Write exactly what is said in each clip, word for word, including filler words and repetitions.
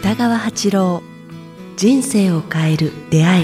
北川八郎、人生を変える出会い。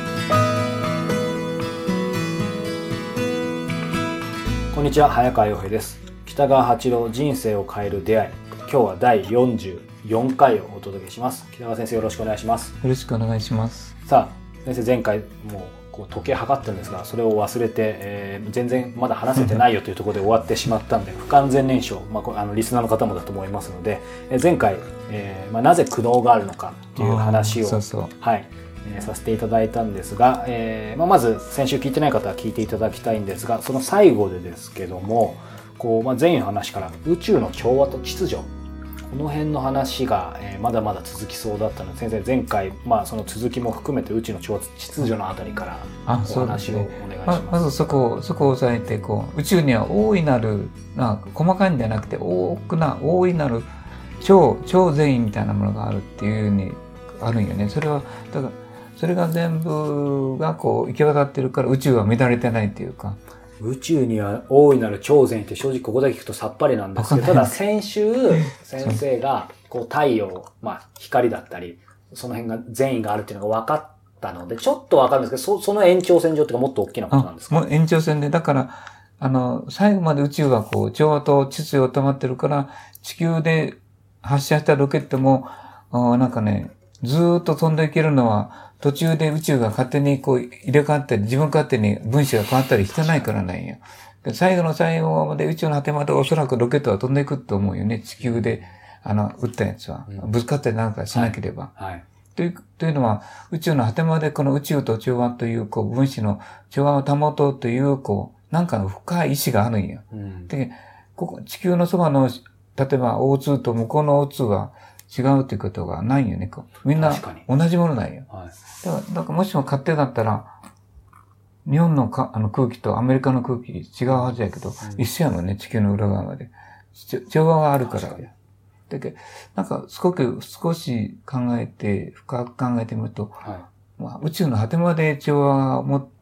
こんにちは、早川洋平です。北川八郎、人生を変える出会い。今日はだいよんじゅうよんかいをお届けします。北川先生、よろしくお願いします。 よろしくお願いします。 さあ、先生、前回もうこう時計測ってるんですが、それを忘れて、えー、全然まだ話せてないよというところで終わってしまったんで、不完全燃焼、まあ、あのリスナーの方もだと思いますので、えー、前回、えーまあ、なぜ苦悩があるのかという話をそうそう、 はいえー、させていただいたんですが、えーまあ、まず先週聞いてない方は聞いていただきたいんですが、その最後でですけども、こう、まあ、前位の話から宇宙の調和と秩序、この辺の話が、えー、まだまだ続きそうだったので、先生前回、まあ、その続きも含めて宇宙の調和と秩序のあたりからお話をお願いします。 ま, まずそこそこを押さえて、こう宇宙には大いなる、な細かいんじゃなくて大きな大いなる超超善意みたいなものがあるっていうふうにあるんよね。それはだからそれが全部がこう行き渡ってるから宇宙は乱れてないっていうか。 宇宙には大いなる超善意って正直ここだけ聞くとさっぱりなんですけど、ただ先週先生がこう太陽、まあ光だったり、その辺が善意があるっていうのが分かったので、ちょっと分かるんですけど、そ, その延長線上っていうかもっと大きなことなんですか？ もう延長線で、だから、あの、最後まで宇宙はこう、調和と秩序を保ってるから、地球で発射したロケットも、なんかね、ずーっと飛んでいけるのは、途中で宇宙が勝手にこう入れ替わったり、自分勝手に分子が変わったりしてないからなんよ。最後の最後まで宇宙の果てまでおそらくロケットは飛んでいくと思うよね。地球で、あの、撃ったやつは。ぶつかったりなんかしなければ。 はいはい、 という、というのは、宇宙の果てまでこの宇宙と調和という、こう、分子の調和を保とうという、こう、なんかの深い意志があるんよ。うん、で、ここ、地球のそばの、例えば オーツー と向こうの オーツー は違うということがないよね。こうみんな同じものなんよ。はい、だから、だからもしも勝手だったら、日本のかあの空気とアメリカの空気違うはずやけど、うん、一緒やもんね、地球の裏側まで。調和があるから。だけど、なんか少し、少し考えて、深く考えてみると、はい、まあ、宇宙の果てまで調和を持った、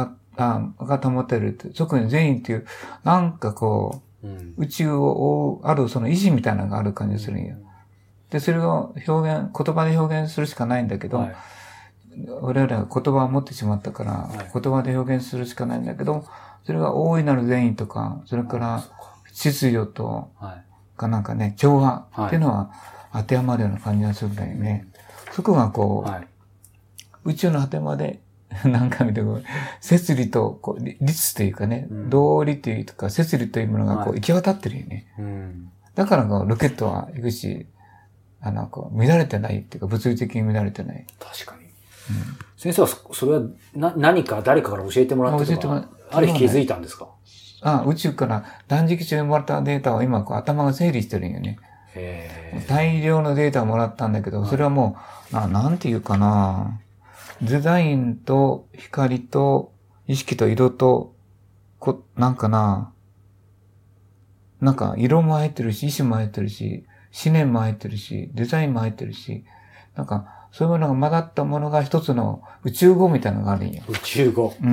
あが保てるって、特に善意っていう、なんかこう、うん、宇宙を覆う、あるその意志みたいなのがある感じするんよ。で、それを表現、言葉で表現するしかないんだけど、はい、我々は言葉を持ってしまったから、はい、言葉で表現するしかないんだけど、それが大いなる善意とか、それから秩序と、はいかなんかね、調和っていうのは当てはまるような感じがするんだよね。はい、そこがこう、はい、宇宙の果てまで、なんか見てこう、摂理と、こう、律というかね、うん、道理というか、摂理というものがこう、行き渡ってるよね。はいうん、だからこう、ロケットは行くし、あの、こう、乱れてないっていうか、物理的に乱れてない。 確かに。うん、先生は、それはな、何か誰かから教えてもらってとか、ある日気づいたんですか？ ああ宇宙から断食中にもらったデータを今こう頭が整理してるんよね。へ大量のデータをもらったんだけど、はい、それはもう、な、なんていうかな。デザインと光と意識と色と、こ、なんかな。なんか色も入ってるし、意志も入ってるし、思念も入ってるし、デザインも入ってるし、なんかそういうものが混ざったものが一つの宇宙語みたいなのがあるんよ。 宇宙語。 うんうん。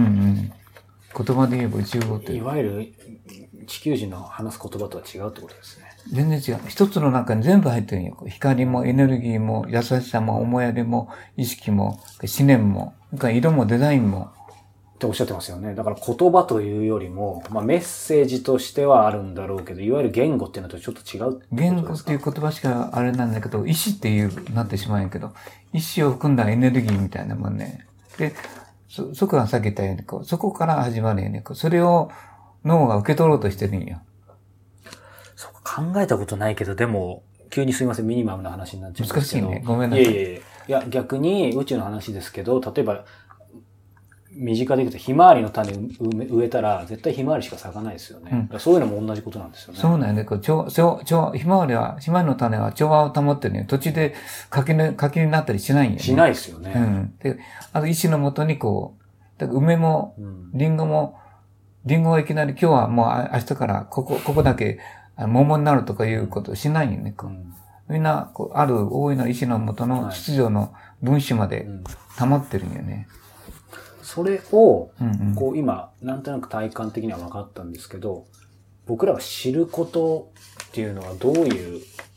言葉で言えば宇宙語って。 いわゆる地球人の話す言葉とは違うってことですね。 全然違う。一つの中に全部入ってるんよ。光もエネルギーも優しさも思いやりも意識も思念も、色もデザインも。 っておっしゃってますよね。だから言葉というよりも、まあメッセージとしてはあるんだろうけど、いわゆる言語っていうのとちょっと違うってことですか？ 言語っていう言葉しかあれなんだけど、意志っていうなってしまうんやけど、意志を含んだエネルギーみたいなもんね。で、そ、そこがさっき言ったように、こう、そこから始まるよね。それを脳が受け取ろうとしてるんよ。 そうか、考えたことないけど、でも、急にすいません、ミニマムな話になっちゃうんですけど。 難しいね。ごめんなさい。 いやいやいや。いや、逆に宇宙の話ですけど、例えば、身近で言うと、ひまわりの種植えたら、絶対ひまわりしか咲かないですよね。うん、そういうのも同じことなんですよね。 そうなんよね。こう、調、調、調、ひまわりは、ひまわりの種は調和を保ってるね。途中で柿の、柿になったりしないんよね。 しないですよね。 うん。で、あと、石のもとにこう、だから梅も、リンゴも、リンゴはいきなり今日はもう明日からここ、ここだけ桃になるとかいうことをしないよね。こうみんな、こう、ある大いな意志のもとの秩序の分子まで保ってるんよね。 それを、こう今、なんとなく体感的には分かったんですけど、僕らが知ることっていうのはどういう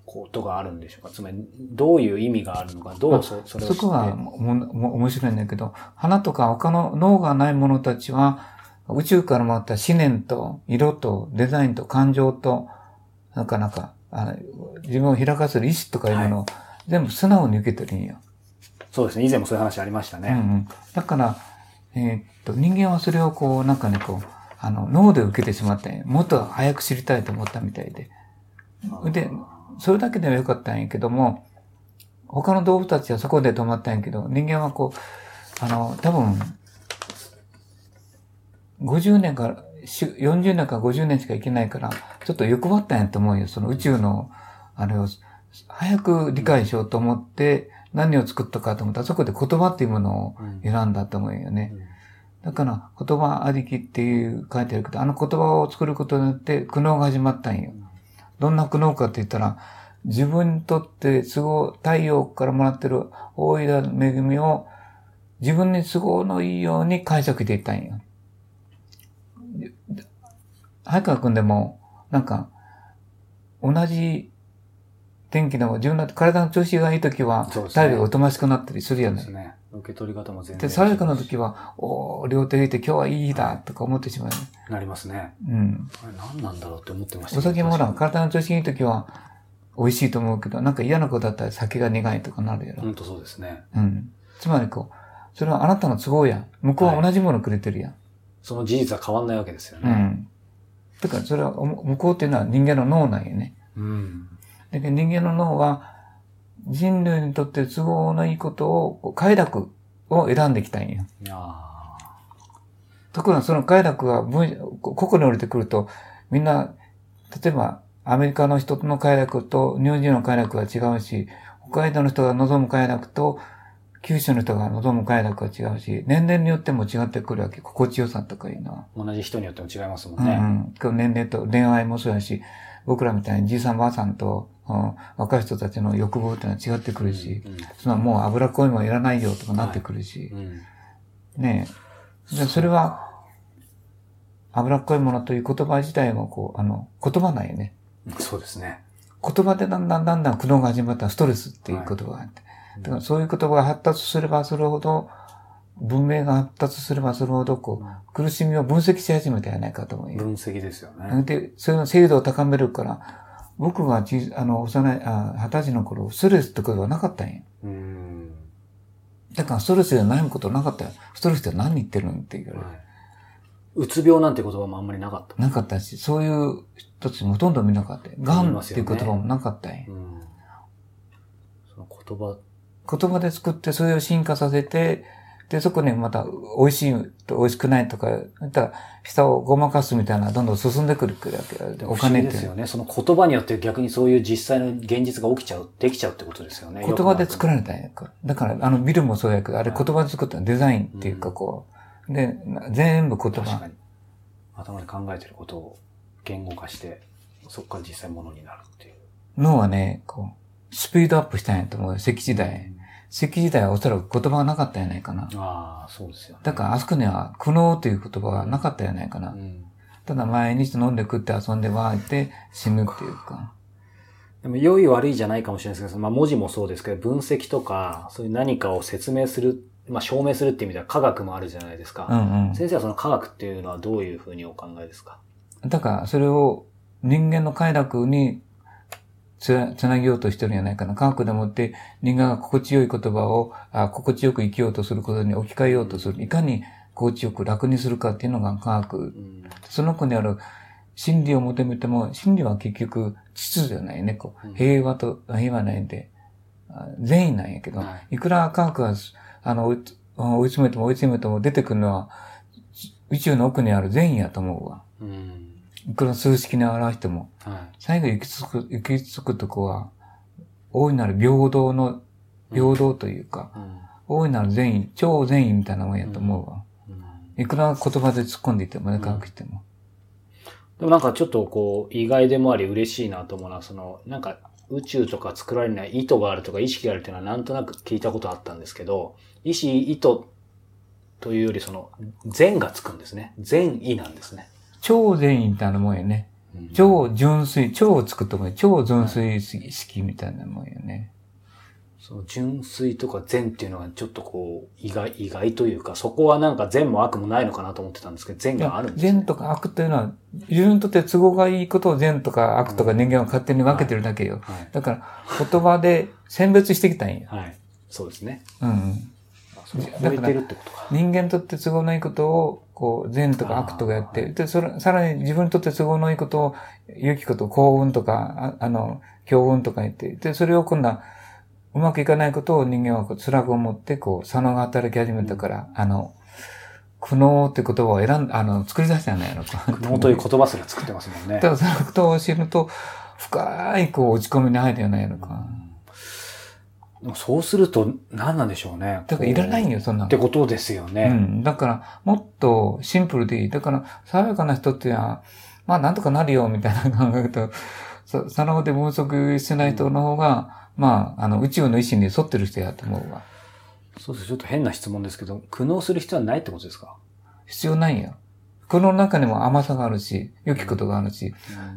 ことがあるんでしょうか。つまり、どういう意味があるのか、どうそそれを知って。 そこはもも面白いんだけど、花とか他の脳がないものたちは、宇宙からもらった思念と色とデザインと感情と、なかなか、あの自分を開かせる意志とかいうものを全部素直に受けてるんよ。 そうですね。以前もそういう話ありましたね。 うんうん、だから、えー、っと、人間はそれをこう、なんかね、こう、あの、脳で受けてしまったんや。もっと早く知りたいと思ったみたいで。で、それだけではよかったんやけども、他の動物たちはそこで止まったんやけど、人間はこう、あの、多分、ごじゅうねんから、よんじゅうねんからごじゅうねんしか生きないから、ちょっと欲張ったんやと思うよ。その宇宙の、あれを、早く理解しようと思って、何を作ったかと思ったら、そこで言葉っていうものを選んだと思うよね。だから、言葉ありきっていう書いてあるけど、あの言葉を作ることによって苦悩が始まったんよ。どんな苦悩かって言ったら、自分にとって都合、太陽からもらってる大いなる恵みを自分に都合のいいように解釈していったんよ。早川くんでも、なんか、同じ天気でも自分の体の調子がいいときは、太陽がおとなしくなったりするよね。 そうですね。受け取り方も全然。 で、爽やかなときは、おー、両手入れて今日はいいだとか思ってしまう、ね。 なりますね。 うん。 あれ何なんだろうって思ってました。 お酒もほら、体の調子がいいときは、美味しいと思うけど、なんか嫌なことだったら酒が苦いとかなるやろ。 ほんとそうですね。 うん。つまりこう、それはあなたの都合やん。向こうは同じものくれてるやん。はい、 その事実は変わんないわけですよね。 うん。だからそれは、向こうっていうのは人間の脳なんよね。 うん。 だけど人間の脳は、人類にとって都合のいいことを、快楽を選んできたんよ。 いやところがその快楽が分、個々に降りてくると、みんな、例えば、アメリカの人の快楽と日本人の快楽は違うし、北海道の人が望む快楽と九州の人が望む快楽は違うし、年齢によっても違ってくるわけ。心地よさとかいうのは。 同じ人によっても違いますもんね。 うんうん。年齢と恋愛もそうやし、僕らみたいにじいさんばあさんと、うん、若い人たちの欲望っていうのは違ってくるし、うんうん、そのもう脂っこいもんいらないよとかなってくるし、はいうん、ねえ。で、それは、脂っこいものという言葉自体もこう、あの、言葉なんよね。 そうですね。 言葉でだんだんだんだん苦悩が始まったらストレスっていう言葉があって。はい、だからそういう言葉が発達すればするほど、文明が発達すればするほど、こう、苦しみを分析し始めたんじゃないかと思うよ。 分析ですよね。 で、それの精度を高めるから、僕がち、あの、幼い、あ、二十歳の頃、ストレスってことはなかったんよ。うーん。だからストレスじゃないことなかったよ。ストレスって何言ってるのって言われる。はい、 うつ病なんて言葉もあんまりなかった。 なかったし、そういう人たちもほとんど見なかったよ。ガンっていう言葉もなかったんよ。うん、 その言葉。 言葉で作って、それを進化させて、で、そこにまた、美味しいと美味しくないとか、また、下をごまかすみたいな、どんどん進んでくるわけ。お金って。 ですよね。その言葉によって逆にそういう実際の現実が起きちゃう、できちゃうってことですよね。 言葉で作られたんやか。だから、あのビルもそうやけど、あれ言葉で作ったデザインっていうかこう、うん、で、全部言葉。 確かに。頭で考えてることを言語化して、そこから実際ものになるっていう。 脳はね、こう、スピードアップしたんやと思うよ、石器時代。うん石器時代はおそらく言葉がなかったんじゃないかな。 ああ、そうですよね。 だからあそこには苦悩という言葉がなかったんじゃないかな。うん、ただ毎日飲んで食って遊んで湧いて死ぬっていうか。 でも良い悪いじゃないかもしれないですけど、まあ文字もそうですけど、分析とか、そういう何かを説明する、まあ証明するっていう意味では科学もあるじゃないですか。うんうん、先生はその科学っていうのはどういうふうにお考えですか？ だからそれを人間の快楽につ, つなげようとしてるんじゃないかな。科学でもって人間が心地よい言葉をあ心地よく生きようとすることに置き換えようとする。いかに心地よく楽にするかっていうのが科学。うん、その子にある真理を求めても、真理は結局秩序じゃないね。こう平和と平和ないんで、善意なんやけど、はい、いくら科学があの追い詰めても追い詰めても出てくるのは宇宙の奥にある善意やと思うわ。うんいくら数式に表しても、はい、最後行き着く、行き着くとこは、大いなる平等の、平等というか、うん、大いなる善意、超善意みたいなもんやと思うわ。うんうん、いくら言葉で突っ込んでいてもね、科学しても。 でもなんかちょっとこう、意外でもあり嬉しいなと思うのは、その、なんか宇宙とか作られない意図があるとか意識があるっていうのはなんとなく聞いたことあったんですけど、意思、意図というよりその、善がつくんですね。善意なんですね。 超善意みたいなもんやね。 超純粋、超を作ったもんね。超純粋式みたいなもんよね。 その純粋とか善っていうのがちょっとこう、意外、意外というか、そこはなんか善も悪もないのかなと思ってたんですけど、善があるんですね。 善とか悪というのは、自分にとって都合がいいことを善とか悪とか人間は勝手に分けてるだけよ。はいはい、だから、言葉で選別してきたんよ。 はい。そうですね。 うん。 だから、 人間にとって都合のいいことを、こう、善とか悪とかやって、で、それ、さらに自分にとって都合のいいことを、良きこと、幸運とか、あ, あの、強運とか言って、で、それを今度は、うまくいかないことを人間はこう辛く思って、こう、左脳が働き始めたから、あの、苦悩って言葉を選ん、あの、作り出したんじゃないのか。 苦悩という言葉すら作ってますもんね。 だからそのことを知ると、深い、こう、落ち込みに入るんじゃないのか。 でもそうすると、何なんでしょうね。 だからいらないよ、そんな。 ってことですよね。 うん。だから、もっとシンプルでいい。だから、爽やかな人っていうのは、まあ、なんとかなるよ、みたいな考えと、そ、そので分析してない人の方が、うん、まあ、あの、宇宙の意志に沿ってる人やと思うわ。 そうです。ちょっと変な質問ですけど、苦悩する必要はないってことですか？ 必要ないよ。この中にも甘さがあるし、良きことがあるし、うん、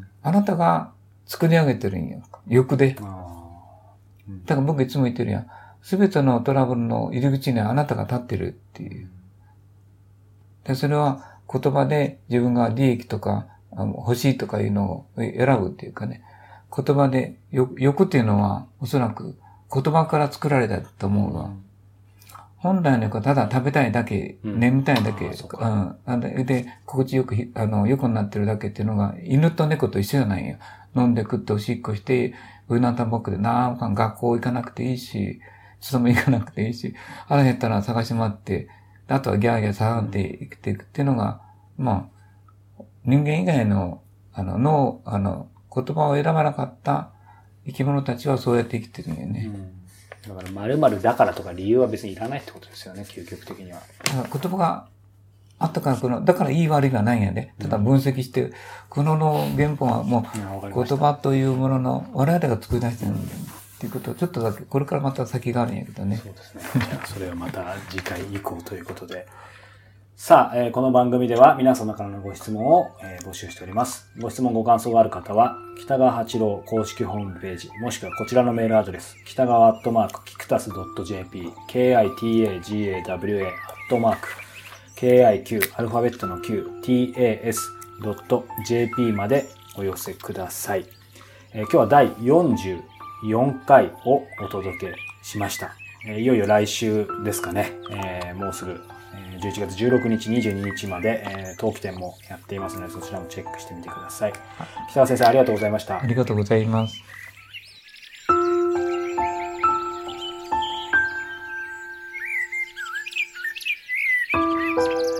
あなたが作り上げてるんよ。欲で。だから僕いつも言ってるやん。すべてのトラブルの入り口にはあなたが立ってるっていう。で、それは言葉で自分が利益とか欲しいとかいうのを選ぶっていうかね。言葉で、欲っていうのはおそらく言葉から作られたと思うわ。うん、本来の欲はただ食べたいだけ、うん、眠たいだけ、うん、で、心地よく、あの、良くなってるだけっていうのが犬と猫と一緒じゃないよ。飲んで食っておしっこして、ウナタンボックでなんか学校行かなくていいし、勤め行かなくていいし、腹減ったら探し回って、あとはギャーギャー騒んで生きていくっていうのが、まあ、人間以外の、あの、脳、あの、言葉を選ばなかった生き物たちはそうやって生きてるんだよね。 うん、だから〇〇だからとか理由は別にいらないってことですよね、究極的には。 だから言葉があったからこの、だからいい悪いがないんやで。ただ分析して、このの原本はもう言葉というものの我々が作り出してるんだよっていうことをちょっとだけ、これからまた先があるんやけどね。 そうですね。じゃあそれはまた次回以降ということで。さあ、えー、この番組では皆様からのご質問を、えー、募集しております。ご質問ご感想がある方は、北川八郎公式ホームページ、もしくはこちらのメールアドレス、北川アットマーク、キクタス .jp、kitagawa アットマーク、ケーアイキュー、アルファベットの Q、タス .jp までお寄せください。えー、今日はだいよんじゅうよんかいをお届けしました。えー、いよいよ来週ですかね。えー、もうすぐじゅういちがつじゅうろくにち、にじゅうににちまで、えー、冬季展もやっていますので、そちらもチェックしてみてください。北川先生、ありがとうございました。 ありがとうございます。 you